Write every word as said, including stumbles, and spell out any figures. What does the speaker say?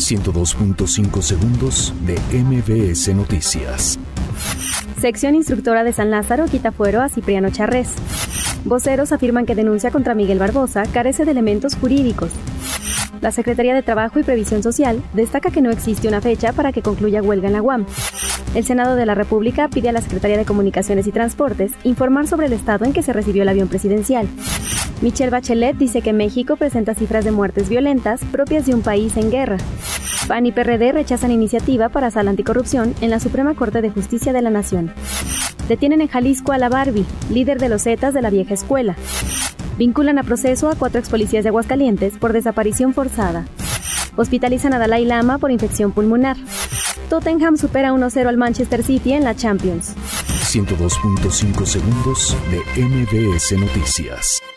ciento dos punto cinco segundos de M B S Noticias. Sección instructora de San Lázaro quita fuero a Cipriano Charrés. Voceros afirman que denuncia contra Miguel Barbosa carece de elementos jurídicos. La Secretaría de Trabajo y Previsión Social destaca que no existe una fecha para que concluya huelga en la U A M. El Senado de la República pide a la Secretaría de Comunicaciones y Transportes informar sobre el estado en que se recibió el avión presidencial. Michelle Bachelet dice que México presenta cifras de muertes violentas propias de un país en guerra. P A N y P R D rechazan iniciativa para sala anticorrupción en la Suprema Corte de Justicia de la Nación. Detienen en Jalisco a la Barbie, líder de los Zetas de la vieja escuela. Vinculan a proceso a cuatro expolicías de Aguascalientes por desaparición forzada. Hospitalizan a Dalai Lama por infección pulmonar. Tottenham supera uno cero al Manchester City en la Champions. ciento dos punto cinco segundos de M B S Noticias.